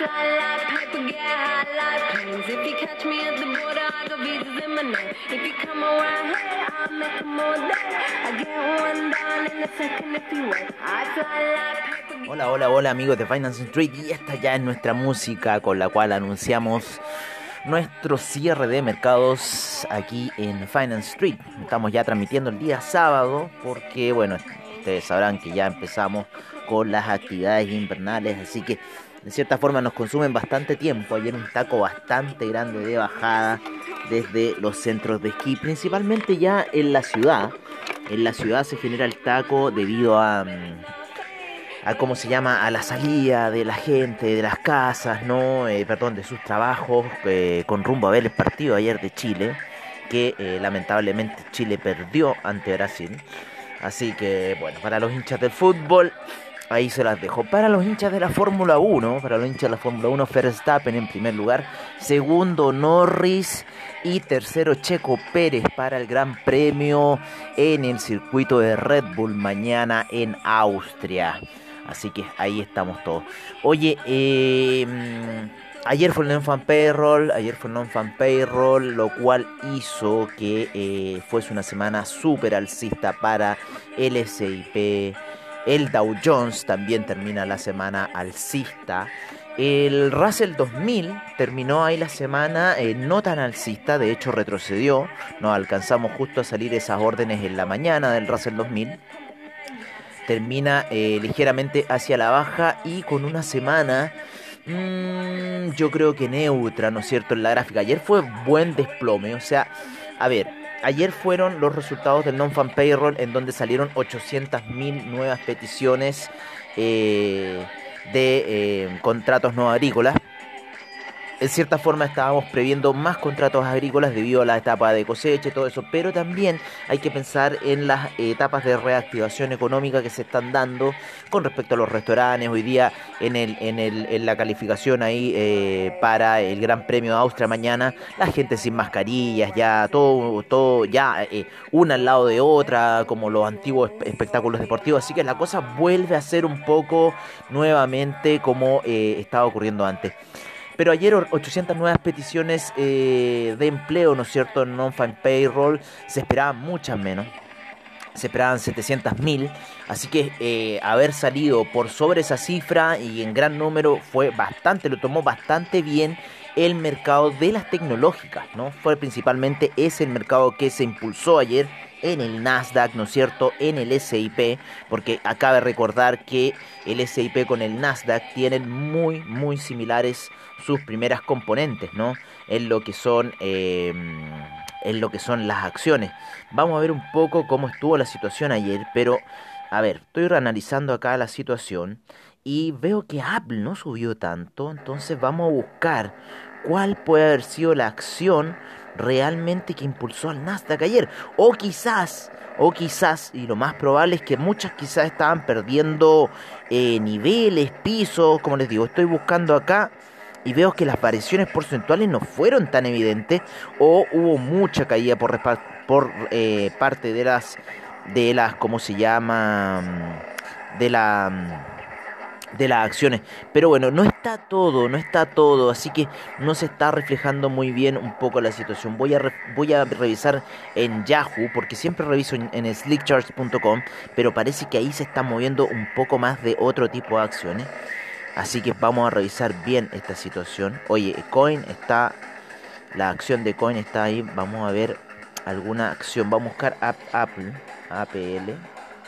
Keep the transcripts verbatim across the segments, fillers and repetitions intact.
fly like paper, get high like planes. If you catch me at the border, I got visas in my name. If you come around here, I'll make them all day. I get one down in a second if you wait. I fly like paper. Hola, hola, hola amigos de Finance Street, y esta ya es nuestra música con la cual anunciamos nuestro cierre de mercados aquí en Finance Street. Estamos ya transmitiendo el día sábado porque, bueno, ustedes sabrán que ya empezamos con las actividades invernales, así que de cierta forma nos consumen bastante tiempo. Ayer un taco bastante grande de bajada desde los centros de esquí, principalmente ya en la ciudad. En la ciudad se genera el taco debido a... a cómo se llama, a la salida de la gente, de las casas, ¿no? Eh, perdón, de sus trabajos, eh, con rumbo a ver el partido ayer de Chile, que eh, lamentablemente Chile perdió ante Brasil. Así que, bueno, para los hinchas del fútbol, ahí se las dejo. Para los hinchas de la Fórmula uno, para los hinchas de la Fórmula uno, Verstappen en primer lugar, segundo Norris y tercero Checo Pérez para el Gran Premio en el circuito de Red Bull mañana en Austria. Así que ahí estamos todos. Oye, eh, ayer fue el Non-Fan Payroll, ayer fue el Non-Fan Payroll, lo cual hizo que eh, fuese una semana súper alcista para el S and P. El Dow Jones también termina la semana alcista. El Russell dos mil terminó ahí la semana eh, no tan alcista, de hecho retrocedió. Nos alcanzamos justo a salir esas órdenes en la mañana del Russell dos mil. Termina eh, ligeramente hacia la baja y con una semana, mmm, yo creo que neutra, ¿no es cierto?, en la gráfica. Ayer fue buen desplome, o sea, a ver, ayer fueron los resultados del Non-Fan Payroll en donde salieron ochocientas mil nuevas peticiones eh, de eh, contratos no agrícolas. En cierta forma estábamos previendo más contratos agrícolas debido a la etapa de cosecha y todo eso, pero también hay que pensar en las etapas de reactivación económica que se están dando con respecto a los restaurantes. Hoy día en el en el en la calificación ahí eh, para el Gran Premio de Austria mañana, la gente sin mascarillas, ya todo todo ya eh, una al lado de otra, como los antiguos espectáculos deportivos, así que la cosa vuelve a ser un poco nuevamente como eh, estaba ocurriendo antes. Pero ayer ochocientas nuevas peticiones eh, de empleo, ¿no es cierto?, en Non-Fan Payroll. Se esperaban muchas menos. Se esperaban setecientas mil. Así que eh, haber salido por sobre esa cifra y en gran número fue bastante, lo tomó bastante bien el mercado de las tecnológicas, ¿no? Fue principalmente ese el mercado que se impulsó ayer en el Nasdaq, ¿no es cierto?, en el S and P, porque acaba de recordar que el S and P con el Nasdaq tienen muy, muy similares sus primeras componentes, ¿no?, en lo que son, eh, en lo que son las acciones. Vamos a ver un poco cómo estuvo la situación ayer, pero, a ver, estoy reanalizando acá la situación y veo que Apple no subió tanto, entonces vamos a buscar cuál puede haber sido la acción realmente que impulsó al Nasdaq ayer. O quizás, o quizás, y lo más probable es que muchas quizás estaban perdiendo eh, niveles, pisos, como les digo, estoy buscando acá y veo que las variaciones porcentuales no fueron tan evidentes, o hubo mucha caída por, por eh, parte de las, de las, ¿cómo se llama?, de la... de las acciones. Pero bueno, no está todo, no está todo, así que no se está reflejando muy bien un poco la situación. Voy a, re, voy a revisar en Yahoo, porque siempre reviso en, en slick charts punto com, pero parece que ahí se está moviendo un poco más de otro tipo de acciones. Así que vamos a revisar bien esta situación. Oye, Coin está, la acción de Coin está ahí. Vamos a ver alguna acción. Vamos a buscar Apple, A P L.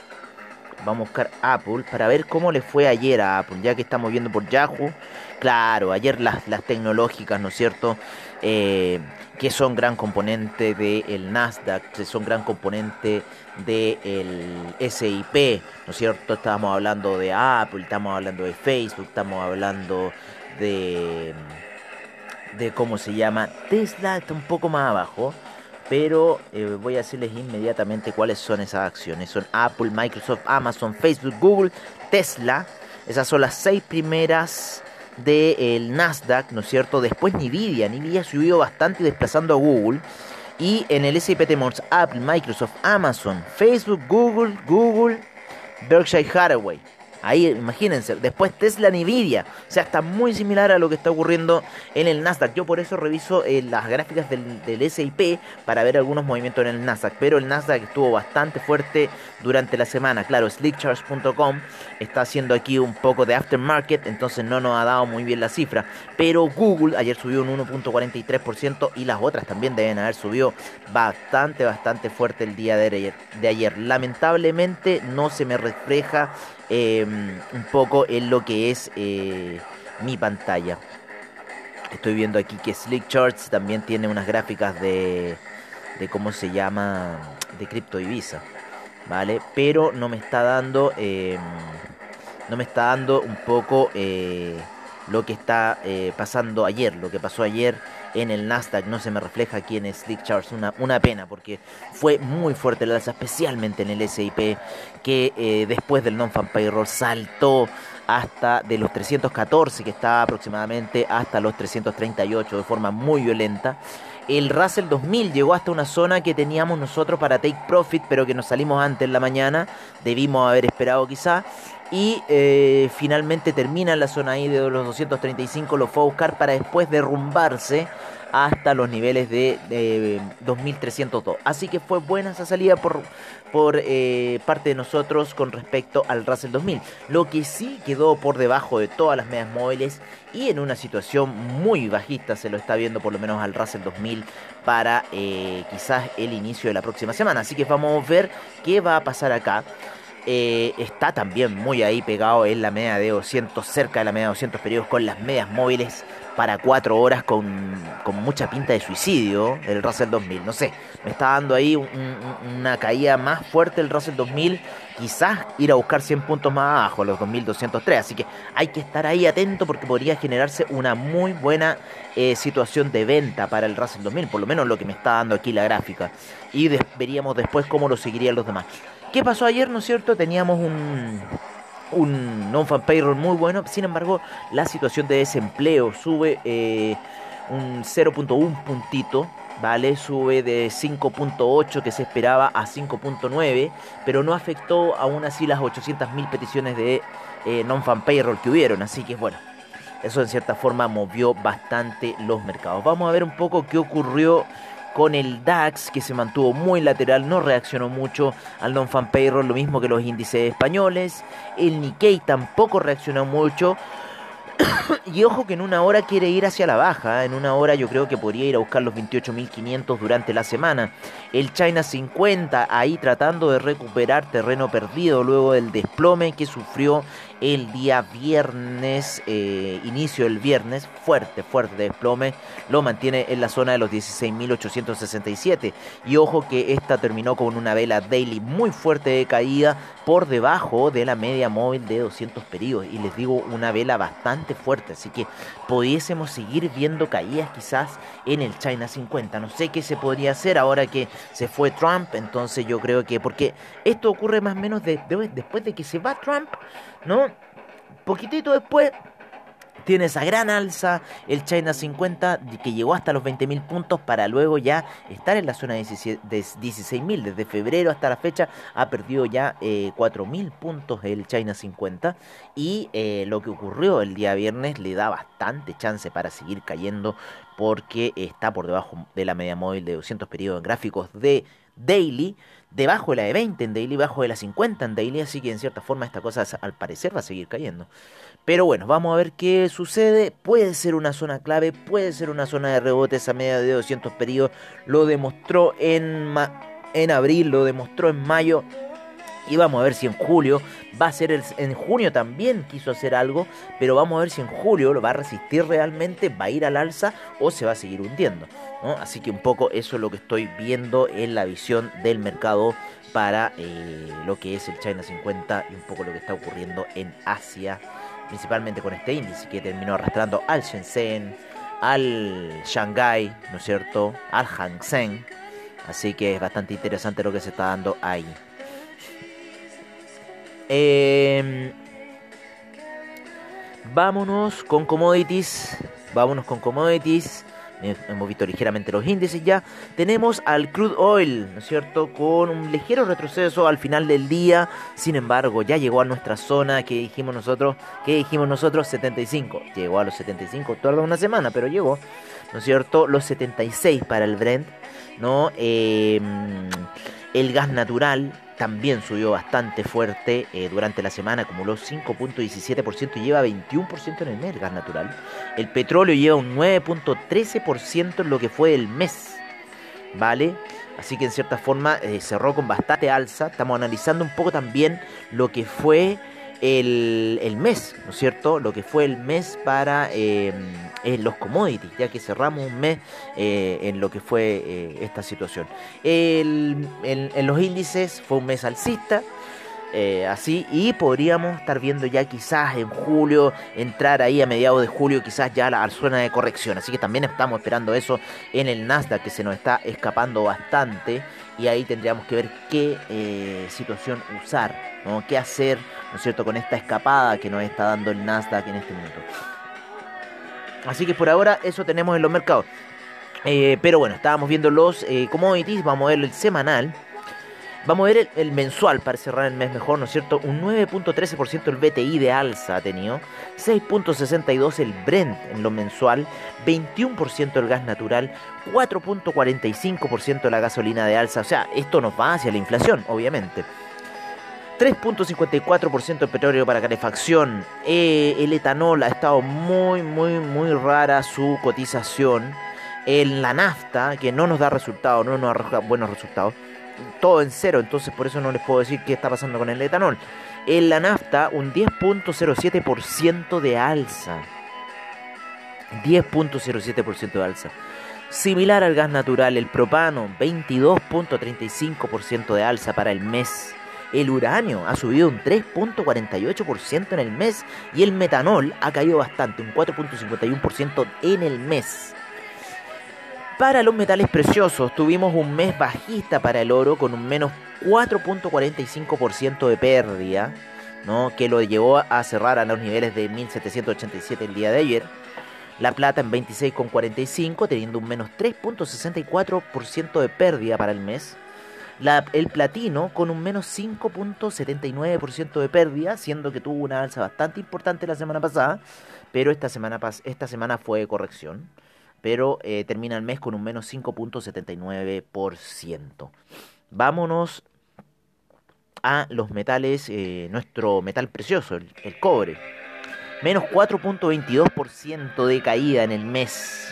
Vamos a buscar Apple para ver cómo le fue ayer a Apple, ya que estamos viendo por Yahoo. Claro, ayer las, las tecnológicas, ¿no es cierto?, eh, que son gran componente del Nasdaq, que son gran componente del S and P, ¿no es cierto? Estábamos hablando de Apple, estamos hablando de Facebook, estamos hablando de, de ¿cómo se llama? Tesla está un poco más abajo. Pero eh, voy a decirles inmediatamente cuáles son esas acciones. Son Apple, Microsoft, Amazon, Facebook, Google, Tesla. Esas son las seis primeras del Nasdaq, ¿no es cierto? Después Nvidia. Nvidia subió bastante desplazando a Google. Y en el S and P tenemos Apple, Microsoft, Amazon, Facebook, Google, Google, Berkshire Hathaway. Ahí, imagínense, después Tesla, Nvidia. O sea, está muy similar a lo que está ocurriendo en el Nasdaq. Yo por eso reviso eh, las gráficas del, del S and P para ver algunos movimientos en el Nasdaq. Pero el Nasdaq estuvo bastante fuerte durante la semana. Claro, slickcharts punto com está haciendo aquí un poco de aftermarket, entonces no nos ha dado muy bien la cifra. Pero Google ayer subió un uno punto cuarenta y tres por ciento y las otras también deben haber subido bastante, bastante fuerte el día de ayer. De ayer. Lamentablemente no se me refleja Eh, un poco en lo que es eh, mi pantalla. Estoy viendo aquí que Slick Charts también tiene unas gráficas de, de cómo se llama, de criptodivisa, ¿vale? Pero no me está dando, eh, no me está dando un poco eh, lo que está eh, pasando ayer, lo que pasó ayer en el Nasdaq. No se me refleja aquí en Slick Charts, una, una pena, porque fue muy fuerte el alza, especialmente en el S and P, que eh, después del non-farm payroll saltó hasta de los trescientos catorce que estaba aproximadamente hasta los trescientos treinta y ocho de forma muy violenta. El Russell dos mil llegó hasta una zona que teníamos nosotros para take profit, pero que nos salimos antes en la mañana, debimos haber esperado quizá. Y eh, finalmente termina en la zona ahí de los doscientos treinta y cinco, lo fue a buscar para después derrumbarse hasta los niveles de, de dos mil trescientos dos. Así que fue buena esa salida por, por eh, parte de nosotros con respecto al Russell dos mil. Lo que sí quedó por debajo de todas las medias móviles y en una situación muy bajista se lo está viendo por lo menos al Russell dos mil para eh, quizás el inicio de la próxima semana. Así que vamos a ver qué va a pasar acá. Eh, está también muy ahí pegado en la media de doscientos, cerca de la media de doscientos periodos, con las medias móviles para cuatro horas con, con mucha pinta de suicidio el Russell dos mil. No sé, me está dando ahí un, un, una caída más fuerte el Russell dos mil, quizás ir a buscar cien puntos más abajo, los dos mil doscientos tres. Así que hay que estar ahí atento porque podría generarse una muy buena eh, situación de venta para el Russell dos mil, por lo menos lo que me está dando aquí la gráfica. Y de, veríamos después cómo lo seguirían los demás. ¿Qué pasó ayer, no es cierto? Teníamos un, un non-farm payroll muy bueno. Sin embargo, la situación de desempleo sube eh, un cero punto uno puntito, ¿vale? Sube de cinco punto ocho que se esperaba a cinco punto nueve, pero no afectó aún así las ochocientas mil peticiones de eh, non-farm payroll que hubieron. Así que bueno, eso en cierta forma movió bastante los mercados. Vamos a ver un poco qué ocurrió con el DAX, que se mantuvo muy lateral, no reaccionó mucho al non-farm payroll, lo mismo que los índices españoles. El Nikkei tampoco reaccionó mucho. Y ojo que en una hora quiere ir hacia la baja, ¿eh? En una hora yo creo que podría ir a buscar los veintiocho mil quinientos durante la semana. El China cincuenta ahí tratando de recuperar terreno perdido luego del desplome que sufrió el día viernes, eh, inicio del viernes, fuerte, fuerte desplome, lo mantiene en la zona de los dieciséis mil ochocientos sesenta y siete. Y ojo que esta terminó con una vela daily muy fuerte de caída por debajo de la media móvil de doscientos periodos. Y les digo, una vela bastante fuerte, así que pudiésemos seguir viendo caídas quizás en el China cincuenta. No sé qué se podría hacer ahora que se fue Trump, entonces yo creo que, porque esto ocurre más o menos de, de, después de que se va Trump, ¿no? Poquitito después tiene esa gran alza el China cincuenta que llegó hasta los veinte mil puntos para luego ya estar en la zona de dieciséis mil. Desde febrero hasta la fecha ha perdido ya eh, cuatro mil puntos el China cincuenta y eh, lo que ocurrió el día viernes le da bastante chance para seguir cayendo porque está por debajo de la media móvil de doscientos periodos en gráficos de daily, debajo de la de veinte en daily, bajo de la cincuenta en daily, así que en cierta forma esta cosa al parecer va a seguir cayendo. Pero bueno, vamos a ver qué sucede. Puede ser una zona clave, puede ser una zona de rebote esa media de doscientos periodos. Lo demostró en, ma en abril, lo demostró en mayo. Y vamos a ver si en julio va a ser, el, en junio también quiso hacer algo, pero vamos a ver si en julio lo va a resistir realmente, va a ir al alza o se va a seguir hundiendo, ¿no? Así que un poco eso es lo que estoy viendo en la visión del mercado para eh, lo que es el China cincuenta y un poco lo que está ocurriendo en Asia, principalmente con este índice que terminó arrastrando al Shenzhen, al Shanghai, ¿no es cierto?, al Hang Seng. Así que es bastante interesante lo que se está dando ahí. Eh, vámonos con commodities. Vámonos con commodities. eh, hemos visto ligeramente los índices ya. Tenemos al crude oil, ¿no es cierto?, con un ligero retroceso al final del día. Sin embargo, ya llegó a nuestra zona que dijimos nosotros, que dijimos nosotros setenta y cinco. Llegó a los setenta y cinco, tarda una semana, pero llegó, ¿no es cierto?, los setenta y seis para el Brent, ¿no? Eh, el gas natural también subió bastante fuerte eh, durante la semana, acumuló cinco punto diecisiete por ciento y lleva veintiuno por ciento en el mes el gas natural. El petróleo lleva un nueve punto trece por ciento en lo que fue el mes, ¿vale? Así que en cierta forma eh, cerró con bastante alza. Estamos analizando un poco también lo que fue el, el mes, ¿no es cierto? Lo que fue el mes para eh, en los commodities, ya que cerramos un mes eh, en lo que fue eh, esta situación. El, en, en los índices fue un mes alcista, eh, así, y podríamos estar viendo ya quizás en julio, entrar ahí a mediados de julio, quizás ya a la, a la zona de corrección. Así que también estamos esperando eso en el Nasdaq, que se nos está escapando bastante. Y ahí tendríamos que ver qué eh, situación usar, ¿no? Qué hacer, ¿no es cierto?, con esta escapada que nos está dando el Nasdaq en este momento. Así que por ahora eso tenemos en los mercados. Eh, pero bueno, estábamos viendo los eh, commodities, vamos a ver el semanal. Vamos a ver el, el mensual para cerrar el mes mejor, ¿no es cierto? Un nueve punto trece por ciento el B T I de alza ha tenido, seis punto sesenta y dos por ciento el Brent en lo mensual, veintiuno por ciento el gas natural, cuatro punto cuarenta y cinco por ciento la gasolina de alza. O sea, esto nos va hacia la inflación, obviamente. tres punto cincuenta y cuatro por ciento el petróleo para calefacción. Eh, el etanol ha estado muy, muy, muy rara su cotización. En la nafta, que no nos da resultados, no nos arroja buenos resultados. Todo en cero, entonces por eso no les puedo decir qué está pasando con el etanol. En la nafta, un diez punto cero siete por ciento de alza. diez punto cero siete por ciento de alza. Similar al gas natural, el propano, veintidós punto treinta y cinco por ciento de alza para el mes. El uranio ha subido un tres punto cuarenta y ocho por ciento en el mes. Y el metanol ha caído bastante, un cuatro punto cincuenta y uno por ciento en el mes. Para los metales preciosos tuvimos un mes bajista para el oro con un menos cuatro punto cuarenta y cinco por ciento de pérdida, ¿no?, que lo llevó a cerrar a los niveles de mil setecientos ochenta y siete el día de ayer. La plata en veintiséis punto cuarenta y cinco, teniendo un menos tres punto sesenta y cuatro por ciento de pérdida para el mes. La, el platino con un menos cinco punto setenta y nueve por ciento de pérdida, siendo que tuvo una alza bastante importante la semana pasada, pero esta semana, esta semana fue de corrección. Pero eh, termina el mes con un menos cinco punto setenta y nueve por ciento. Vámonos a los metales, eh, nuestro metal precioso, el, el cobre. Menos cuatro punto veintidós por ciento de caída en el mes.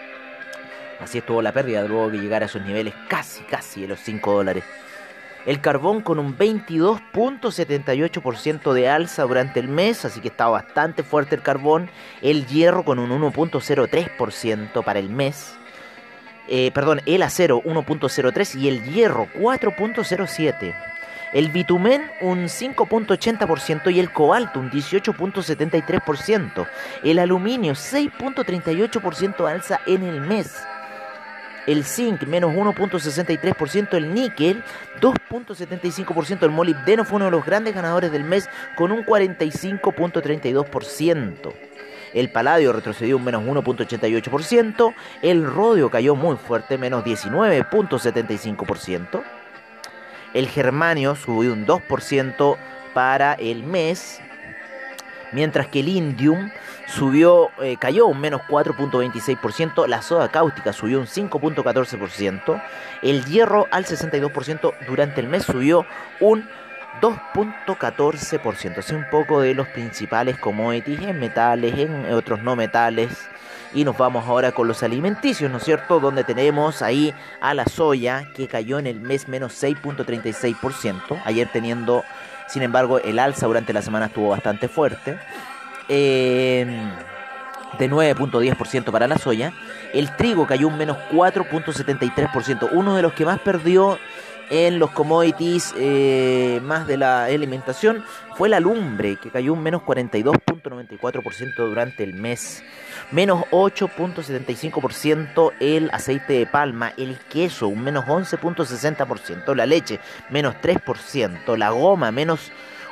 Así estuvo la pérdida luego de llegar a esos niveles casi, casi de los cinco dólares. El carbón con un veintidós punto setenta y ocho por ciento de alza durante el mes, así que estaba bastante fuerte el carbón. El hierro con un uno punto cero tres por ciento para el mes. Eh, perdón, el acero uno punto cero tres por ciento y el hierro cuatro punto cero siete por ciento. El bitumen un cinco punto ochenta por ciento y el cobalto un dieciocho punto setenta y tres por ciento. El aluminio seis punto treinta y ocho por ciento alza en el mes. El zinc menos uno punto sesenta y tres por ciento, el níquel dos punto setenta y cinco por ciento, el molibdeno fue uno de los grandes ganadores del mes con un cuarenta y cinco punto treinta y dos por ciento. El paladio retrocedió un menos uno punto ochenta y ocho por ciento, el rodio cayó muy fuerte, menos diecinueve punto setenta y cinco por ciento. El germanio subió un dos por ciento para el mes, mientras que el indium subió, eh, cayó un menos cuatro punto veintiséis por ciento, la soda cáustica subió un cinco punto catorce por ciento, el hierro al sesenta y dos por ciento durante el mes subió un dos punto catorce por ciento. Así un poco de los principales commodities en metales, en otros no metales. Y nos vamos ahora con los alimenticios, ¿no es cierto? Donde tenemos ahí a la soya que cayó en el mes menos seis punto treinta y seis por ciento. Ayer teniendo, sin embargo, el alza durante la semana estuvo bastante fuerte. Eh, de nueve punto diez por ciento para la soya. El trigo cayó un menos cuatro punto setenta y tres por ciento. Uno de los que más perdió en los commodities eh, más de la alimentación fue la lumbre, que cayó un menos cuarenta y dos punto noventa y cuatro por ciento durante el mes. Menos ocho punto setenta y cinco por ciento el aceite de palma, el queso un menos once punto sesenta por ciento, la leche menos tres por ciento, la goma menos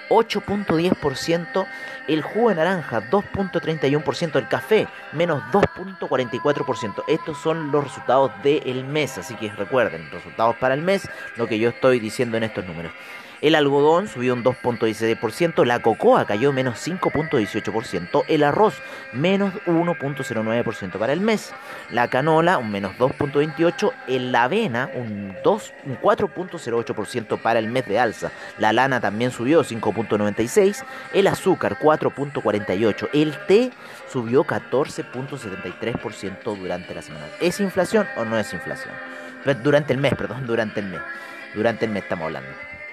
ocho punto diez por ciento, el jugo de naranja dos punto treinta y uno por ciento, el café menos dos punto cuarenta y cuatro por ciento. Estos son los resultados del mes, así que recuerden, resultados para el mes, lo que yo estoy diciendo en estos números. El algodón subió un dos punto dieciséis por ciento, la cocoa cayó menos cinco punto dieciocho por ciento, el arroz menos uno punto cero nueve por ciento para el mes, la canola un menos dos punto veintiocho por ciento, la avena un, un cuatro punto cero ocho por ciento para el mes de alza, la lana también subió cinco punto noventa y seis por ciento, el azúcar cuatro punto cuarenta y ocho por ciento, el té subió catorce punto setenta y tres por ciento durante la semana. ¿Es inflación o no es inflación? Durante el mes, perdón, durante el mes, durante el mes estamos hablando.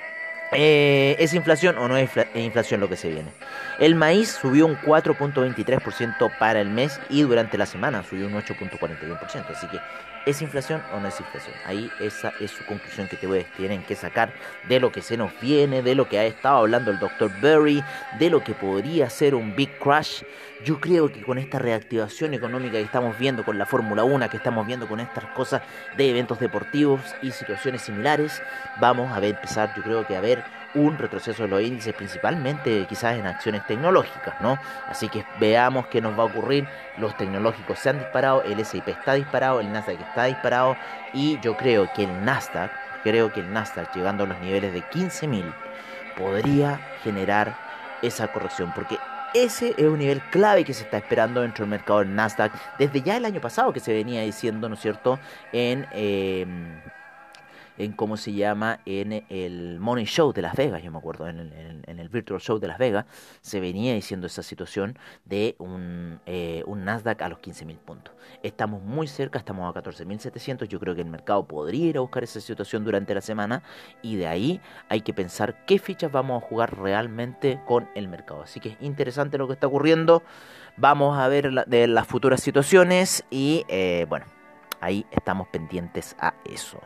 Eh, ¿Es inflación o no es inflación lo que se viene? El maíz subió un cuatro punto veintitrés por ciento para el mes y durante la semana subió un ocho punto cuarenta y uno por ciento. Así que, ¿es inflación o no es inflación? Ahí esa es su conclusión que te voy, tienen que sacar de lo que se nos viene, de lo que ha estado hablando el doctor Berry, de lo que podría ser un big crash. Yo creo que con esta reactivación económica que estamos viendo con la Fórmula uno, que estamos viendo con estas cosas de eventos deportivos y situaciones similares, vamos a ver, empezar, yo creo que a ver un retroceso de los índices, principalmente quizás en acciones tecnológicas, ¿no? Así que veamos qué nos va a ocurrir. Los tecnológicos se han disparado, el ese y pe está disparado, el Nasdaq está disparado, y yo creo que el Nasdaq, creo que el Nasdaq llegando a los niveles de quince mil podría generar esa corrección, porque ese es un nivel clave que se está esperando dentro del mercado del Nasdaq desde ya el año pasado, que se venía diciendo, ¿no es cierto?, en... Eh, en cómo se llama, en el Money Show de Las Vegas, yo me acuerdo, en el, en el, en el Virtual Show de Las Vegas, se venía diciendo esa situación de un, eh, un Nasdaq a los quince mil puntos. Estamos muy cerca, estamos a catorce mil setecientos, yo creo que el mercado podría ir a buscar esa situación durante la semana, y de ahí hay que pensar qué fichas vamos a jugar realmente con el mercado. Así que es interesante lo que está ocurriendo, vamos a ver la, de las futuras situaciones, y eh, bueno, ahí estamos pendientes a eso.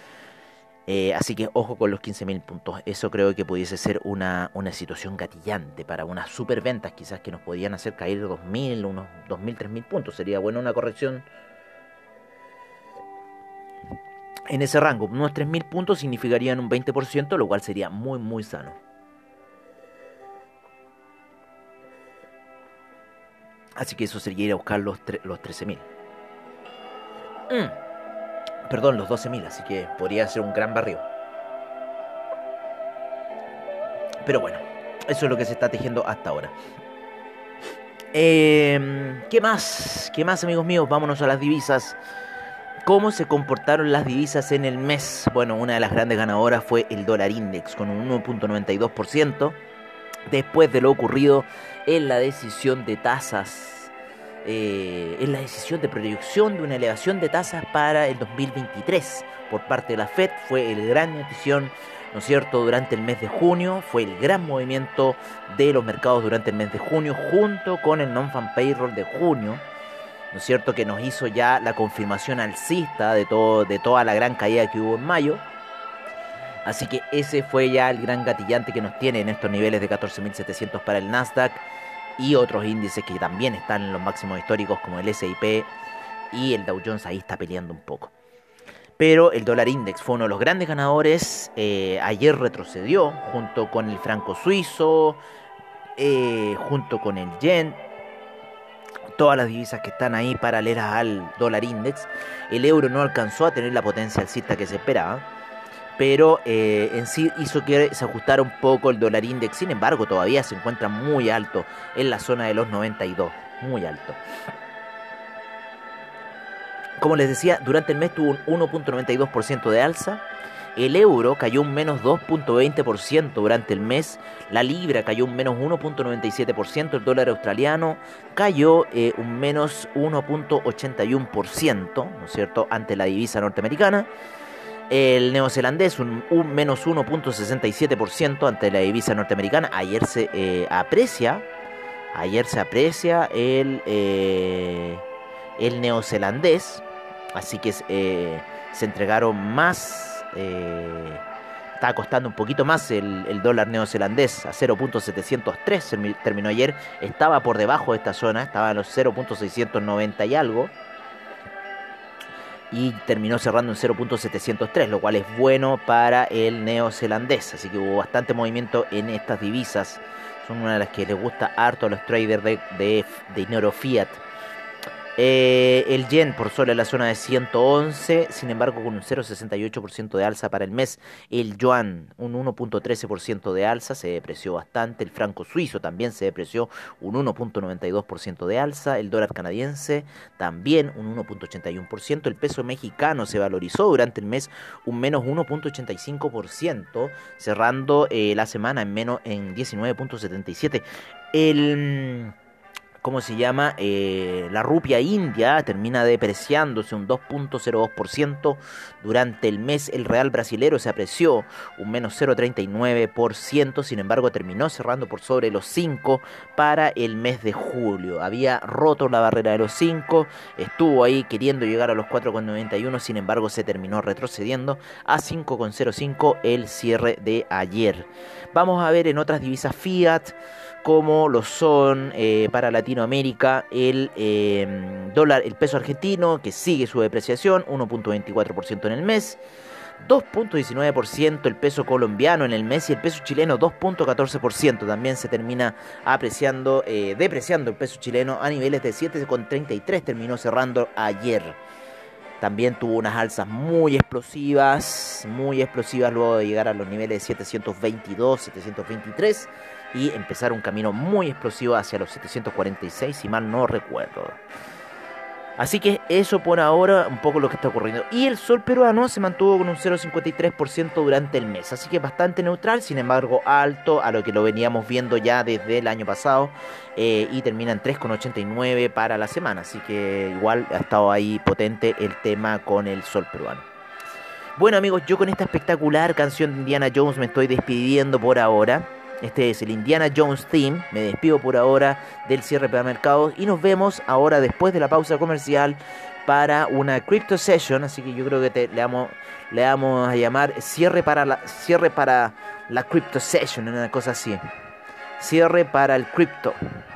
Eh, así que ojo con los quince mil puntos. Eso creo que pudiese ser una, una situación gatillante para unas superventas quizás que nos podían hacer caer dos mil, unos dos mil, tres mil puntos. Sería bueno una corrección en ese rango. Unos tres mil puntos significarían un veinte por ciento, lo cual sería muy muy sano. Así que eso sería ir a buscar los, los trece mil. Mm. Perdón, los doce mil, así que podría ser un gran barrio. Pero bueno, eso es lo que se está tejiendo hasta ahora. Eh, ¿Qué más? ¿Qué más, amigos míos? Vámonos a las divisas. ¿Cómo se comportaron las divisas en el mes? Bueno, una de las grandes ganadoras fue el dólar index, con un uno punto noventa y dos por ciento, después de lo ocurrido en la decisión de tasas. Eh, en la decisión de proyección de una elevación de tasas para el dos mil veintitrés por parte de la Fed. Fue el gran notición, ¿no es cierto?, durante el mes de junio. Fue el gran movimiento de los mercados durante el mes de junio, junto con el non-farm payroll de junio, ¿no es cierto?, que nos hizo ya la confirmación alcista de, todo, de toda la gran caída que hubo en mayo. Así que ese fue ya el gran gatillante que nos tiene en estos niveles de catorce mil setecientos para el Nasdaq, y otros índices que también están en los máximos históricos, como el ese y pe y el Dow Jones. Ahí está peleando un poco. Pero el dólar index fue uno de los grandes ganadores. Eh, ayer retrocedió junto con el franco suizo, eh, junto con el yen, todas las divisas que están ahí paralelas al dólar index. El euro no alcanzó a tener la potencia alcista que se esperaba, pero eh, en sí hizo que se ajustara un poco el dólar index. Sin embargo, todavía se encuentra muy alto, en la zona de los noventa y dos, muy alto. Como les decía, durante el mes tuvo un uno punto noventa y dos por ciento de alza. El euro cayó un menos dos punto veinte por ciento durante el mes. La libra cayó un menos uno punto noventa y siete por ciento. El dólar australiano cayó eh, un menos uno punto ochenta y uno por ciento, ¿no es cierto?, ante la divisa norteamericana. El neozelandés un, un menos uno punto sesenta y siete por ciento ante la divisa norteamericana. Ayer se eh, aprecia, ayer se aprecia el, eh, el neozelandés, así que eh, se entregaron más, eh, está costando un poquito más el, el dólar neozelandés a cero punto setecientos tres, terminó ayer, estaba por debajo de esta zona, estaba a los cero punto seiscientos noventa y algo. y terminó cerrando en cero punto setecientos tres, lo cual es bueno para el neozelandés. Así que hubo bastante movimiento en estas divisas. Son una de las que les gusta harto a los traders de, de, de dinero fiat. Eh, el yen por sobre la zona de ciento once, sin embargo con un cero punto sesenta y ocho por ciento de alza para el mes. El yuan un uno punto trece por ciento de alza, se depreció bastante. El franco suizo también se depreció un uno punto noventa y dos por ciento de alza. El dólar canadiense también un uno punto ochenta y uno por ciento. El peso mexicano se valorizó durante el mes un menos uno punto ochenta y cinco por ciento, cerrando eh, la semana en menos en diecinueve punto setenta y siete. El... ¿Cómo se llama? Eh, la rupia india termina depreciándose un dos punto cero dos por ciento durante el mes. El real brasilero se apreció un menos cero punto treinta y nueve por ciento. Sin embargo, terminó cerrando por sobre los cinco para el mes de julio. Había roto la barrera de los cinco. Estuvo ahí queriendo llegar a los cuatro coma noventa y uno. Sin embargo, se terminó retrocediendo a cinco coma cero cinco el cierre de ayer. Vamos a ver en otras divisas fiat, como lo son eh, para Latinoamérica el eh, dólar, el peso argentino, que sigue su depreciación, uno punto veinticuatro por ciento en el mes, dos punto diecinueve por ciento el peso colombiano en el mes, y el peso chileno dos punto catorce por ciento. También se termina apreciando, eh, depreciando el peso chileno a niveles de siete coma treinta y tres, terminó cerrando ayer. También tuvo unas alzas muy explosivas, muy explosivas luego de llegar a los niveles de setecientos veintidós, setecientos veintitrés y empezar un camino muy explosivo hacia los setecientos cuarenta y seis, si mal no recuerdo. Así que eso por ahora, un poco lo que está ocurriendo. Y el sol peruano se mantuvo con un cero punto cincuenta y tres por ciento durante el mes. Así que bastante neutral, sin embargo alto a lo que lo veníamos viendo ya desde el año pasado. Eh, y termina en tres coma ochenta y nueve para la semana. Así que igual ha estado ahí potente el tema con el sol peruano. Bueno amigos, yo con esta espectacular canción de Indiana Jones me estoy despidiendo por ahora. Este es el Indiana Jones Theme. Me despido por ahora del cierre para mercados y nos vemos ahora después de la pausa comercial para una Crypto Session. Así que yo creo que te, le, vamos, le vamos a llamar cierre para la, cierre para la Crypto Session, una cosa así. Cierre para el cripto.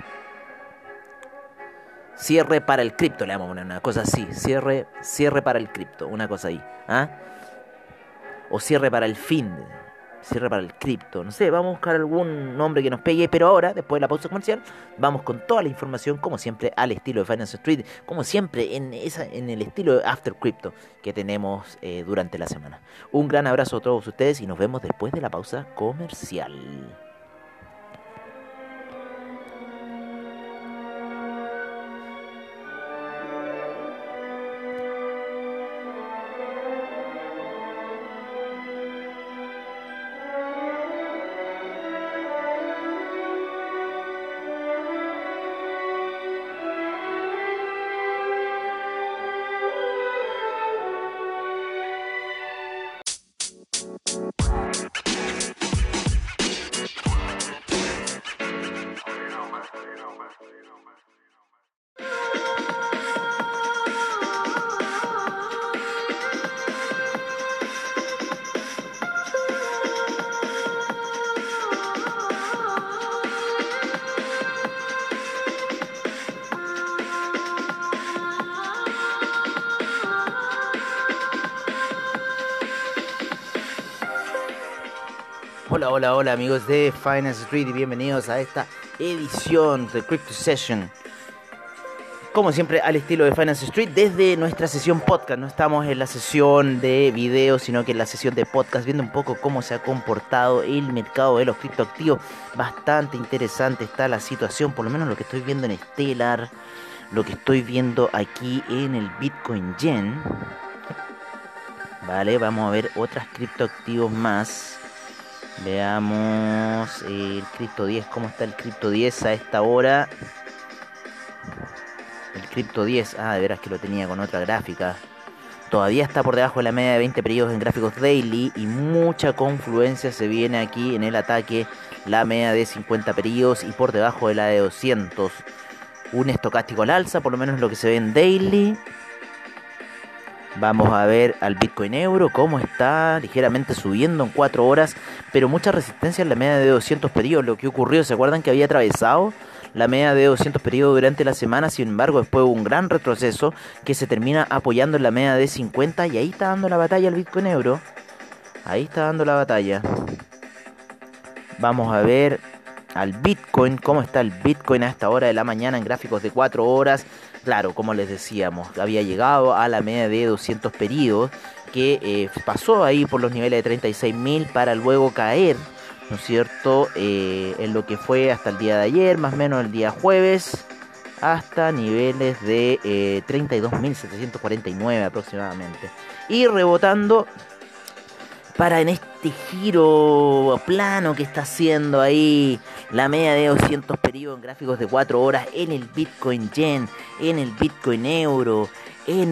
Cierre para el cripto, le vamos a poner una cosa así. Cierre, cierre para el cripto, una cosa ahí. ¿Ah? O cierre para el fin. Cierre para el cripto, no sé, vamos a buscar algún nombre que nos pegue, pero ahora, después de la pausa comercial, vamos con toda la información, como siempre, al estilo de Finance Street, como siempre, en, esa, en el estilo de After Crypto que tenemos eh, durante la semana. Un gran abrazo a todos ustedes y nos vemos después de la pausa comercial. Hola, hola, hola amigos de Finance Street y bienvenidos a esta edición de Crypto Session. Como siempre, al estilo de Finance Street, desde nuestra sesión podcast. No estamos en la sesión de video, sino que en la sesión de podcast, viendo un poco cómo se ha comportado el mercado de los criptoactivos. Bastante interesante está la situación, por lo menos lo que estoy viendo en Stellar, lo que estoy viendo aquí en el Bitcoin Yen. Vale, vamos a ver otras criptoactivos más. Veamos el Crypto diez, cómo está el Crypto diez a esta hora. El Crypto diez, ah, de veras que lo tenía con otra gráfica. Todavía está por debajo de la media de veinte periodos en gráficos daily y mucha confluencia se viene aquí en el ataque. La media de cincuenta periodos y por debajo de la de doscientos. Un estocástico al alza, por lo menos lo que se ve en daily. Vamos a ver al Bitcoin Euro, cómo está ligeramente subiendo en cuatro horas, pero mucha resistencia en la media de doscientos periodos. Lo que ocurrió, ¿se acuerdan que había atravesado la media de doscientos periodos durante la semana. Sin embargo, después hubo un gran retroceso que se termina apoyando en la media de cincuenta y ahí está dando la batalla el Bitcoin euro. Ahí está dando la batalla. Vamos a ver al Bitcoin, cómo está el Bitcoin a esta hora de la mañana en gráficos de cuatro horas. Claro, como les decíamos, había llegado a la media de doscientos periodos que eh, pasó ahí por los niveles de treinta y seis mil para luego caer, ¿no es cierto? Eh, en lo que fue hasta el día de ayer, más o menos el día jueves, hasta niveles de eh, treinta y dos mil setecientos cuarenta y nueve aproximadamente. Y rebotando para en este giro plano que está haciendo ahí la media de doscientos periodos en gráficos de cuatro horas en el Bitcoin Yen, en el Bitcoin Euro, en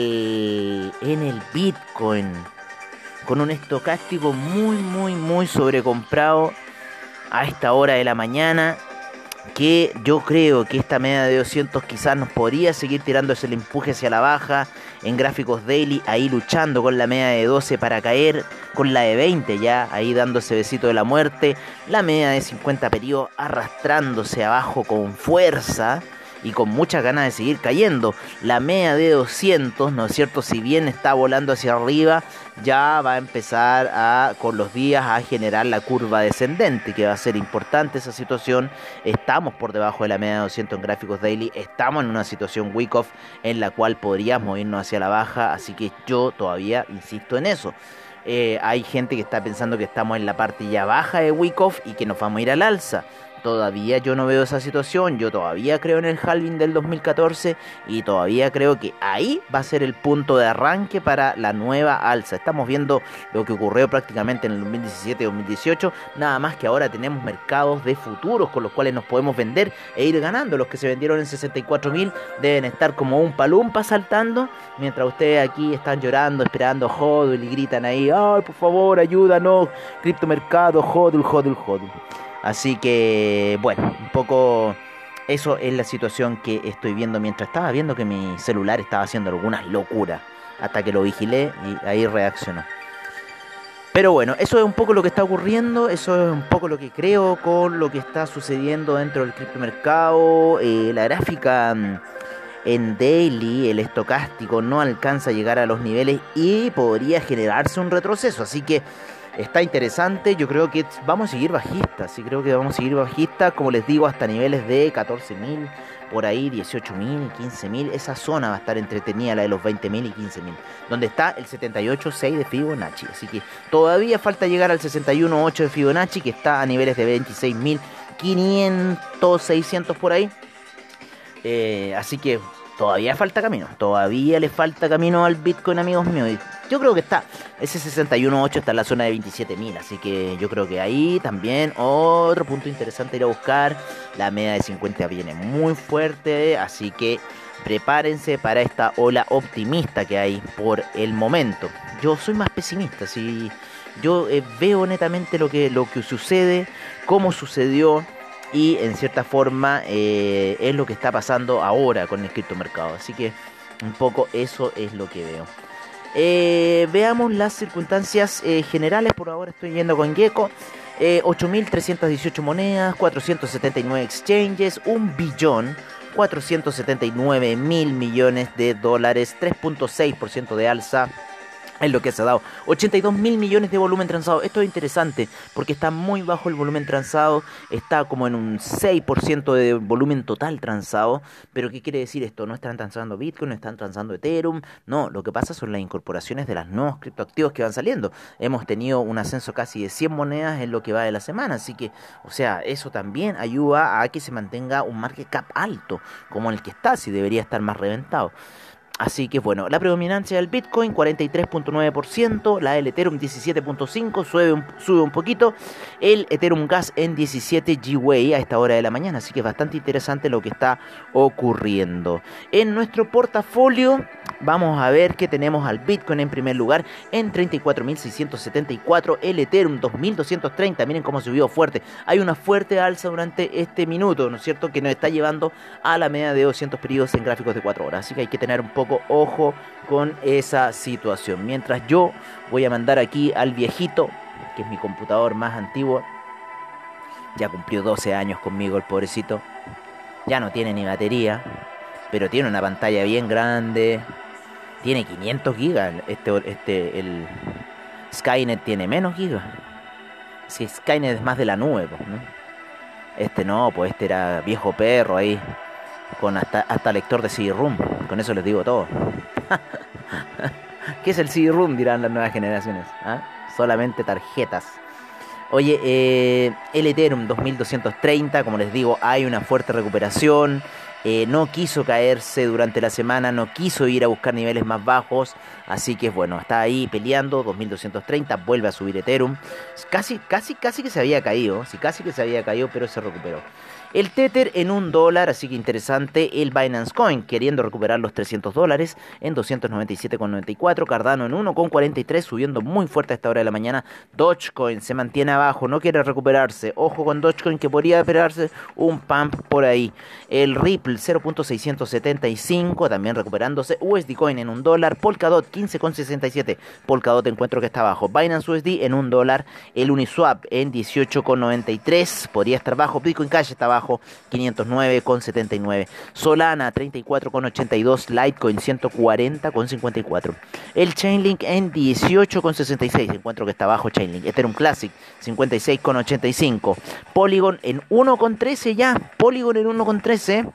el, en el Bitcoin, con un estocástico muy, muy, muy sobrecomprado a esta hora de la mañana, que yo creo que esta media de doscientos quizás nos podría seguir tirando ese empuje hacia la baja en gráficos daily, ahí luchando con la media de doce para caer, con la de veinte ya ahí dándose besito de la muerte, la media de cincuenta periodos arrastrándose abajo con fuerza y con muchas ganas de seguir cayendo. La media de doscientos, ¿no es cierto? Si bien está volando hacia arriba, ya va a empezar a, con los días a generar la curva descendente, que va a ser importante esa situación. Estamos por debajo de la media de doscientos en gráficos daily, estamos en una situación week-off en la cual podríamos irnos hacia la baja, así que yo todavía insisto en eso. Eh, hay gente que está pensando que estamos en la parte ya baja de week-off y que nos vamos a ir al alza. Todavía yo no veo esa situación, yo todavía creo en el halving del dos mil catorce y todavía creo que ahí va a ser el punto de arranque para la nueva alza. Estamos viendo lo que ocurrió prácticamente en el dos mil diecisiete y dos mil dieciocho, nada más que ahora tenemos mercados de futuros con los cuales nos podemos vender e ir ganando. Los que se vendieron en sesenta y cuatro mil deben estar como un palumpa saltando, mientras ustedes aquí están llorando, esperando hodl y gritan ahí, ay, por favor, ayúdanos, criptomercado, hodl, hodl, hodl. Así que, bueno, un poco eso es la situación que estoy viendo mientras estaba viendo que mi celular estaba haciendo algunas locuras. Hasta que lo vigilé y ahí reaccionó. Pero bueno, eso es un poco lo que está ocurriendo, eso es un poco lo que creo con lo que está sucediendo dentro del criptomercado. Eh, la gráfica en daily, el estocástico, no alcanza a llegar a los niveles y podría generarse un retroceso. Así que está interesante, yo creo que vamos a seguir bajistas, sí creo que vamos a seguir bajistas, como les digo, hasta niveles de catorce mil, por ahí dieciocho mil, quince mil, esa zona va a estar entretenida, la de los veinte mil y quince mil, donde está el setenta y ocho punto seis de Fibonacci, así que todavía falta llegar al sesenta y uno punto ocho de Fibonacci, que está a niveles de veintiséis mil quinientos, seiscientos por ahí, eh, así que todavía falta camino, todavía le falta camino al Bitcoin, amigos míos. Yo creo que está, ese sesenta y uno punto ocho está en la zona de veintisiete mil, así que yo creo que ahí también otro punto interesante ir a buscar. La media de cincuenta viene muy fuerte, así que prepárense para esta ola optimista que hay por el momento. Yo soy más pesimista, si yo eh, veo netamente lo que, lo que sucede, cómo sucedió. Y en cierta forma eh, es lo que está pasando ahora con el criptomercado. Así que un poco eso es lo que veo. Eh, veamos las circunstancias eh, generales. Por ahora estoy yendo con Gecko. Eh, ocho mil trescientas dieciocho monedas, cuatrocientos setenta y nueve exchanges, un billón, cuatrocientos setenta y nueve mil millones de dólares, tres punto seis por ciento de alza. Es lo que se ha dado, ochenta y dos mil millones de volumen transado. Esto es interesante porque está muy bajo el volumen transado, está como en un seis por ciento de volumen total transado. Pero ¿qué quiere decir esto? No están transando Bitcoin, no están transando Ethereum, no, lo que pasa son las incorporaciones de los nuevos criptoactivos que van saliendo. Hemos tenido un ascenso casi de cien monedas en lo que va de la semana, así que, o sea, eso también ayuda a que se mantenga un market cap alto, como el que está, si debería estar más reventado. Así que bueno, la predominancia del Bitcoin cuarenta y tres punto nueve por ciento, la del Ethereum diecisiete punto cinco por ciento, sube un, sube un poquito, el Ethereum Gas en diecisiete G W A Y a esta hora de la mañana, así que es bastante interesante lo que está ocurriendo. En nuestro portafolio vamos a ver que tenemos al Bitcoin en primer lugar en treinta y cuatro mil seiscientos setenta y cuatro, el Ethereum dos mil doscientos treinta, miren cómo subió fuerte, hay una fuerte alza durante este minuto, ¿no es cierto?, que nos está llevando a la media de doscientos periodos en gráficos de cuatro horas, así que hay que tener un poco ojo con esa situación. Mientras yo voy a mandar aquí al viejito, que es mi computador más antiguo, ya cumplió doce años conmigo el pobrecito, Ya no tiene ni batería, pero tiene una pantalla bien grande. Tiene quinientos gigas. Este, este, el Skynet tiene menos gigas. Si Skynet es más de la nube, pues, ¿no? Este no, pues este era viejo perro ahí. Con hasta, hasta lector de C D-ROM. Con eso les digo todo. ¿Qué es el C D-ROM? Dirán las nuevas generaciones. ¿Ah? Solamente tarjetas. Oye, eh, el Ethereum dos mil doscientos treinta, como les digo, hay una fuerte recuperación. Eh, no quiso caerse durante la semana, no quiso ir a buscar niveles más bajos. Así que bueno, está ahí peleando. Dos mil doscientos treinta, vuelve a subir Ethereum. Casi, casi, casi que se había caído. Sí, casi que se había caído, pero se recuperó. El Tether en un dólar, así que interesante. El Binance Coin queriendo recuperar los trescientos dólares en doscientos noventa y siete con noventa y cuatro. Cardano en uno con cuarenta y tres, subiendo muy fuerte a esta hora de la mañana. Dogecoin se mantiene abajo, no quiere recuperarse. Ojo con Dogecoin, que podría esperarse un pump por ahí. El Ripple cero punto seiscientos setenta y cinco, también recuperándose. U S D Coin en un dólar. Polkadot quince con sesenta y siete. Polkadot encuentro que está abajo. Binance U S D en un dólar. El Uniswap en dieciocho con noventa y tres. Podría estar bajo. Bitcoin Cash está abajo. quinientos nueve con setenta y nueve. Solana treinta y cuatro con ochenta y dos. Litecoin ciento cuarenta con cincuenta y cuatro. El Chainlink en dieciocho con sesenta y seis. Encuentro que está abajo Chainlink. Ethereum Classic cincuenta y seis con ochenta y cinco. Polygon en uno con trece ya. Polygon en uno con trece.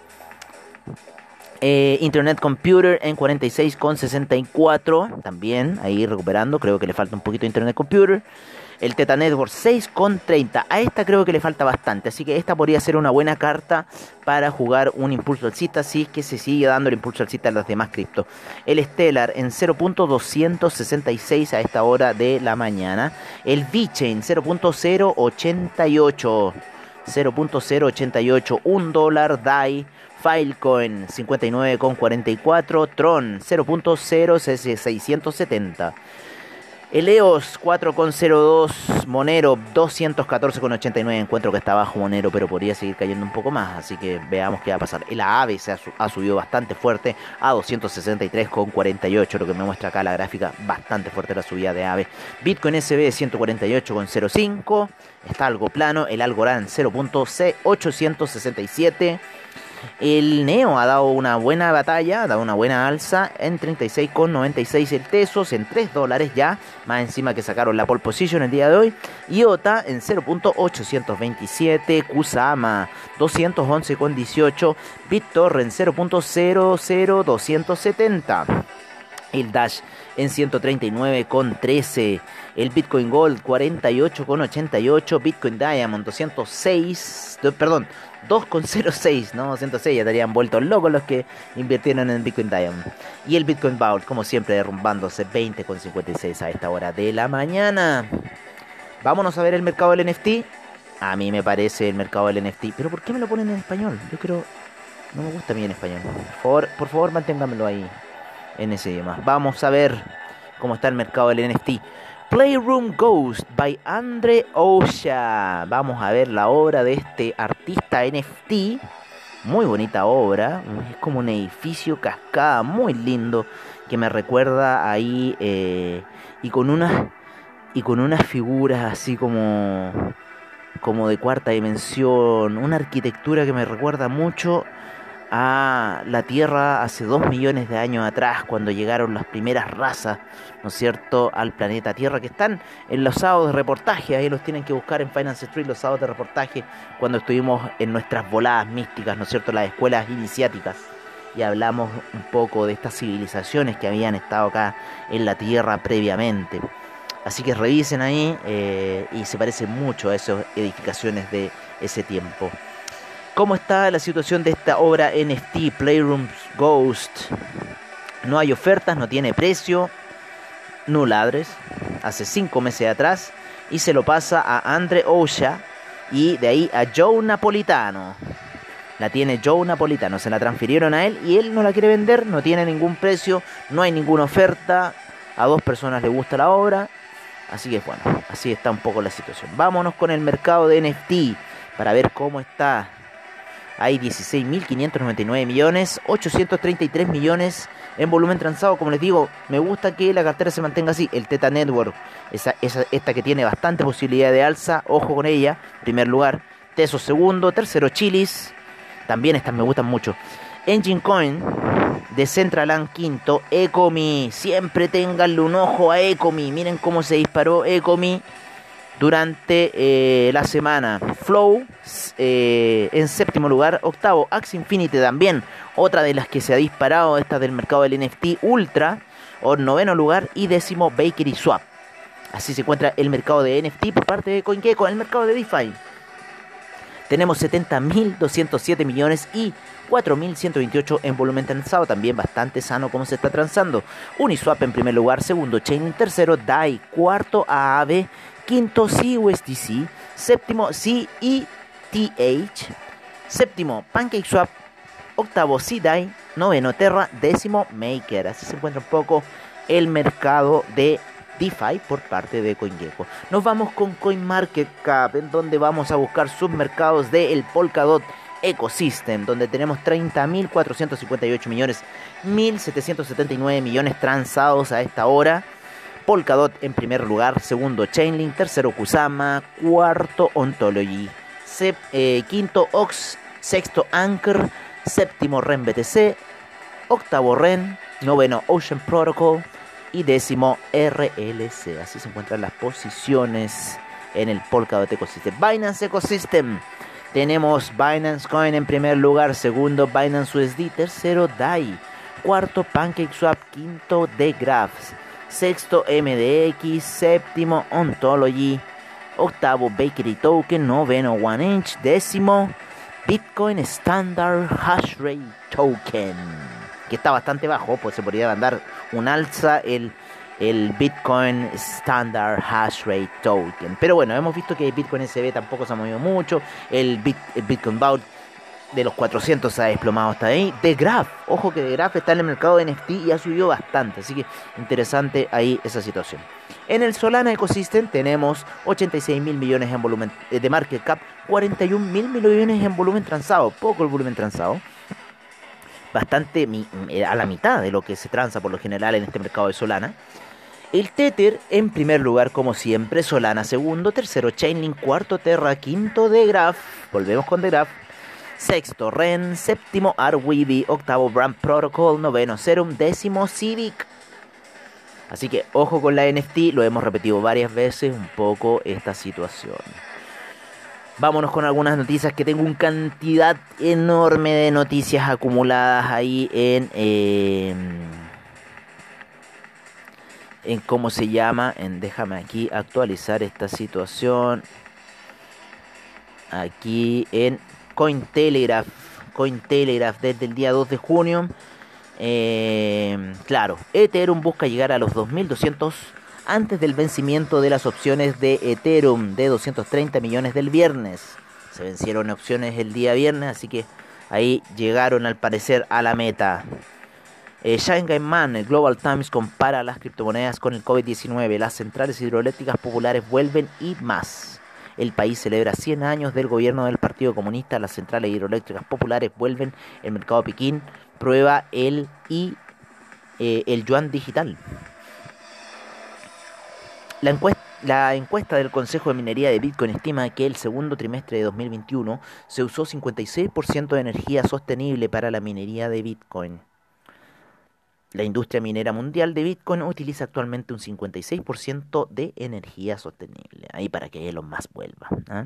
Eh, Internet Computer en cuarenta y seis con sesenta y cuatro. También ahí recuperando. Creo que le falta un poquito de Internet Computer. El Teta Network seis con treinta. A esta creo que le falta bastante. Así que esta podría ser una buena carta para jugar un impulso alcista. Si es que se sigue dando el impulso alcista a las demás cripto. El Stellar en cero punto doscientos sesenta y seis a esta hora de la mañana. El VeChain cero punto cero ochenta y ocho. cero punto cero ochenta y ocho. un dólar. D A I. Filecoin cincuenta y nueve con cuarenta y cuatro. Tron cero punto cero seiscientos setenta. El E O S cuatro con cero dos. Monero doscientos catorce con ochenta y nueve. Encuentro que está bajo Monero, pero podría seguir cayendo un poco más. Así que veamos qué va a pasar. El A V E se ha, ha subido bastante fuerte a doscientos sesenta y tres con cuarenta y ocho. Lo que me muestra acá la gráfica, bastante fuerte la subida de A V E. Bitcoin S B ciento cuarenta y ocho con cero cinco. Está algo plano. El Algorand cero punto ochocientos sesenta y siete. El Neo ha dado una buena batalla, ha dado una buena alza en treinta y seis con noventa y seis. El Tesos en tres dólares ya, más encima que sacaron la pole position el día de hoy. I O T A en cero punto ochocientos veintisiete. Kusama doscientos once con dieciocho. BitTorrent cero punto cero cero doscientos setenta. El Dash en ciento treinta y nueve con trece. El Bitcoin Gold cuarenta y ocho con ochenta y ocho. Bitcoin Diamond doscientos seis, perdón, dos con cero seis, no doscientos seis, ya estarían vueltos locos los que invirtieron en Bitcoin Diamond. Y el Bitcoin Vault, como siempre, derrumbándose veinte con cincuenta y seis a esta hora de la mañana. Vámonos a ver el mercado del N F T. A mí me parece el mercado del N F T. ¿Pero por qué me lo ponen en español? Yo creo... No me gusta a mí en español. Por favor, por favor manténgamelo ahí en ese idioma. Vamos a ver cómo está el mercado del N F T. Playroom Ghost by Andre Osha. Vamos a ver la obra de este artista N F T. Muy bonita obra. Es como un edificio cascada muy lindo que me recuerda ahí eh, y con unas y con unas figuras así como como de cuarta dimensión. Una arquitectura que me recuerda mucho a la Tierra hace dos millones de años atrás, cuando llegaron las primeras razas, ¿no es cierto?, al planeta Tierra, que están en los sábados de reportaje. Ahí los tienen que buscar en Finance Street, los sábados de reportaje, cuando estuvimos en nuestras voladas místicas, ¿no es cierto?, las escuelas iniciáticas, y hablamos un poco de estas civilizaciones que habían estado acá en la Tierra previamente. Así que revisen ahí, eh, y se parecen mucho a esas edificaciones de ese tiempo. ¿Cómo está la situación de esta obra N F T, Playroom Ghost? No hay ofertas, no tiene precio. No ladres. Hace cinco meses atrás. Y se lo pasa a Andre Osha. Y de ahí a Joe Napolitano. La tiene Joe Napolitano. Se la transfirieron a él y él no la quiere vender. No tiene ningún precio. No hay ninguna oferta. A dos personas le gusta la obra. Así que bueno, así está un poco la situación. Vámonos con el mercado de N F T para ver cómo está. Hay dieciséis mil quinientos noventa y nueve millones, ochocientos treinta y tres millones en volumen transado. Como les digo, me gusta que la cartera se mantenga así. El Teta Network, esa, esa, esta que tiene bastante posibilidad de alza, ojo con ella. Primer lugar, Tesos segundo, tercero Chilis, También estas me gustan mucho. Engine Coin, Decentraland quinto, Ecomi, siempre tenganle un ojo a Ecomi, miren cómo se disparó Ecomi durante eh, la semana. Flow eh, en séptimo lugar, octavo Axie Infinity también, otra de las que se ha disparado, esta del mercado del N F T Ultra, o noveno lugar, y décimo Bakery Swap. Así se encuentra el mercado de N F T por parte de CoinGecko. En el mercado de DeFi tenemos setenta mil doscientos siete millones y cuatro mil ciento veintiocho en volumen transado. También bastante sano como se está transando. Uniswap en primer lugar, segundo Chainlink, tercero D A I, cuarto A A B, quinto C U S D C, séptimo C E T H, séptimo PancakeSwap, octavo C D A I, noveno Terra, décimo Maker. Así se encuentra un poco el mercado de DeFi por parte de CoinGecko. Nos vamos con CoinMarketCap, en donde vamos a buscar submercados del Polkadot Ecosystem, donde tenemos treinta mil cuatrocientos cincuenta y ocho millones, mil setecientos setenta y nueve millones transados a esta hora. Polkadot en primer lugar, segundo Chainlink, tercero Kusama, cuarto Ontology, sep, eh, quinto Ox, sexto Anchor, séptimo Ren B T C, octavo Ren, noveno Ocean Protocol y décimo R L C. Así se encuentran las posiciones en el Polkadot Ecosystem. Binance Ecosystem. Tenemos Binance Coin en primer lugar, segundo Binance U S D, tercero D A I, cuarto PancakeSwap, quinto TheGraphs, sexto M D X, séptimo Ontology, octavo Bakery Token, noveno OneInch, décimo Bitcoin Standard Hashrate Token, que está bastante bajo, pues se podría mandar un alza el, el Bitcoin Standard Hashrate Token. Pero bueno, hemos visto que el Bitcoin S B tampoco se ha movido mucho. El, Bit, el Bitcoin Vault de los cuatrocientos se ha desplomado hasta ahí. TheGraph, ojo que TheGraph está en el mercado de N F T y ha subido bastante, así que interesante ahí esa situación. En el Solana Ecosystem tenemos ochenta y seis mil millones en volumen de market cap, cuarenta y un mil millones en volumen transado, poco el volumen transado. Bastante a la mitad de lo que se transa por lo general en este mercado de Solana. El Tether en primer lugar como siempre, Solana segundo, tercero Chainlink, cuarto Terra, quinto TheGraph, volvemos con TheGraph, sexto Ren, séptimo Arweeby, octavo Brand Protocol, noveno Serum, décimo Civic. Así que ojo con la N F T, lo hemos repetido varias veces un poco esta situación. Vámonos con algunas noticias, que tengo una cantidad enorme de noticias acumuladas ahí en... Eh, en cómo se llama, en, déjame aquí actualizar esta situación. Aquí en Cointelegraph. Cointelegraph desde el día dos de junio. Eh, claro, Ethereum busca llegar a los dos mil doscientos antes del vencimiento de las opciones de Ethereum de doscientos treinta millones del viernes. Se vencieron opciones el día viernes, así que ahí llegaron al parecer a la meta. Eh, Shanghai Man, el Global Times compara las criptomonedas con el COVID diecinueve. Las centrales hidroeléctricas populares vuelven y más. El país celebra cien años del gobierno del Partido Comunista. Las centrales hidroeléctricas populares vuelven. El mercado de Pekín prueba el y eh, el yuan digital. La encuesta, la encuesta del Consejo de Minería de Bitcoin estima que el segundo trimestre de dos mil veintiuno se usó cincuenta y seis por ciento de energía sostenible para la minería de Bitcoin. La industria minera mundial de Bitcoin utiliza actualmente un cincuenta y seis por ciento de energía sostenible. Ahí para que Elon Musk vuelva, ¿eh?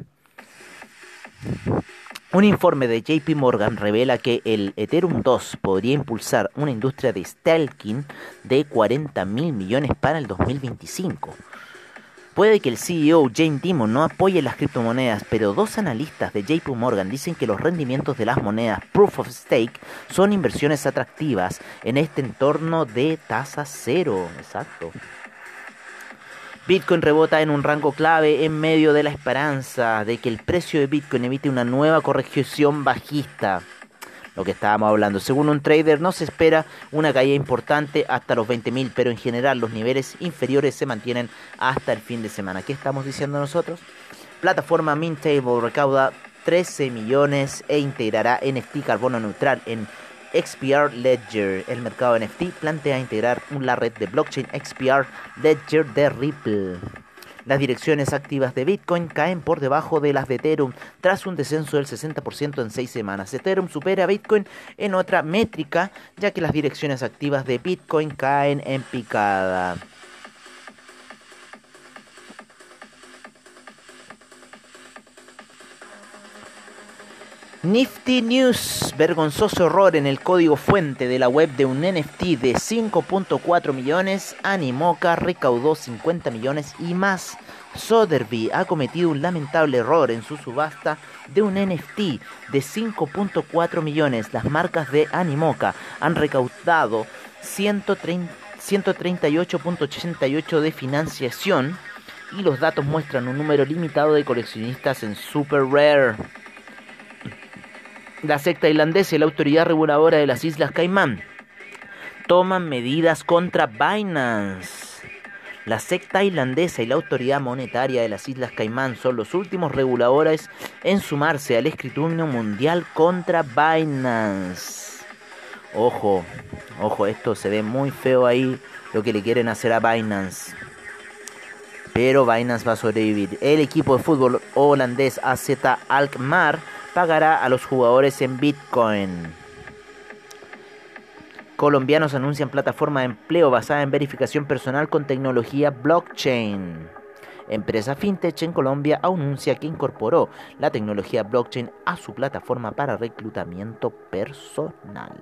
Un informe de J P Morgan revela que el Ethereum dos podría impulsar una industria de staking de cuarenta mil millones para el dos mil veinticinco. Puede que el C E O Jamie Dimon no apoye las criptomonedas, pero dos analistas de J P Morgan dicen que los rendimientos de las monedas Proof of Stake son inversiones atractivas en este entorno de tasa cero. Exacto. Bitcoin rebota en un rango clave en medio de la esperanza de que el precio de Bitcoin evite una nueva corrección bajista. Lo que estábamos hablando. Según un trader, no se espera una caída importante hasta los veinte mil, pero en general los niveles inferiores se mantienen hasta el fin de semana. ¿Qué estamos diciendo nosotros? Plataforma Minttable recauda trece millones e integrará N F T carbono neutral en X P R Ledger. El mercado de N F T plantea integrar la red de blockchain X P R Ledger de Ripple. Las direcciones activas de Bitcoin caen por debajo de las de Ethereum tras un descenso del sesenta por ciento en seis semanas. Ethereum supera a Bitcoin en otra métrica, ya que las direcciones activas de Bitcoin caen en picada. Nifty News, vergonzoso error en el código fuente de la web de un N F T de cinco punto cuatro millones, Animoca recaudó cincuenta millones y más. Sotheby ha cometido un lamentable error en su subasta de un N F T de cinco punto cuatro millones. Las marcas de Animoca han recaudado ciento treinta y ocho punto ochenta y ocho de financiación y los datos muestran un número limitado de coleccionistas en Super Rare. La secta irlandesa y la autoridad reguladora de las Islas Caimán toman medidas contra Binance. La secta irlandesa y la autoridad monetaria de las Islas Caimán son los últimos reguladores en sumarse al escrutinio mundial contra Binance. Ojo, ojo, esto se ve muy feo ahí, lo que le quieren hacer a Binance. Pero Binance va a sobrevivir. El equipo de fútbol holandés A Z Alkmaar pagará a los jugadores en Bitcoin. Colombianos anuncian plataforma de empleo basada en verificación personal con tecnología blockchain. Empresa fintech en Colombia anuncia que incorporó la tecnología blockchain a su plataforma para reclutamiento personal.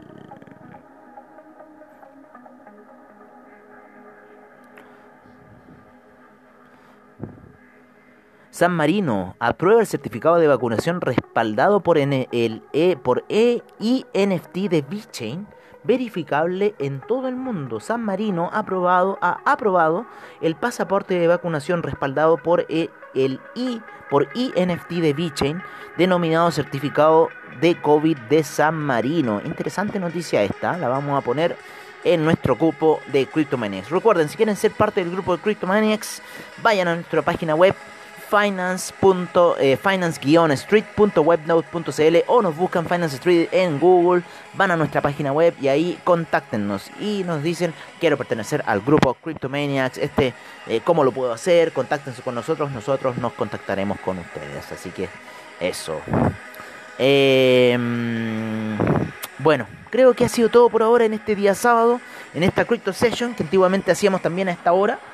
San Marino aprueba el certificado de vacunación respaldado por, N el e por E N F T de VeChain, verificable en todo el mundo. San Marino ha aprobado, ha aprobado el pasaporte de vacunación respaldado por e el I por E N F T de VeChain, denominado certificado de COVID de San Marino. Interesante noticia esta, la vamos a poner en nuestro grupo de Cryptomaniacs. Recuerden, si quieren ser parte del grupo de Cryptomaniacs, vayan a nuestra página web finance street punto webnode punto c l o nos buscan Finance Street en Google, van a nuestra página web y ahí contáctenos y nos dicen: quiero pertenecer al grupo Cryptomaniacs, este, eh, ¿cómo lo puedo hacer? Contáctense con nosotros, nosotros nos contactaremos con ustedes. Así que eso. Eh, bueno, creo que ha sido todo por ahora en este día sábado, en esta Crypto Session que antiguamente hacíamos también a esta hora.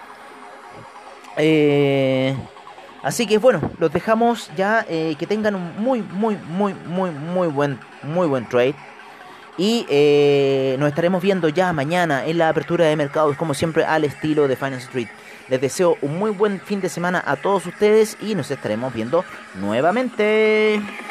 Eh... Así que bueno, los dejamos ya, eh, que tengan un muy, muy, muy, muy, muy buen, muy buen trade. Y eh, nos estaremos viendo ya mañana en la apertura de mercados, como siempre, al estilo de Finance Street. Les deseo un muy buen fin de semana a todos ustedes y nos estaremos viendo nuevamente.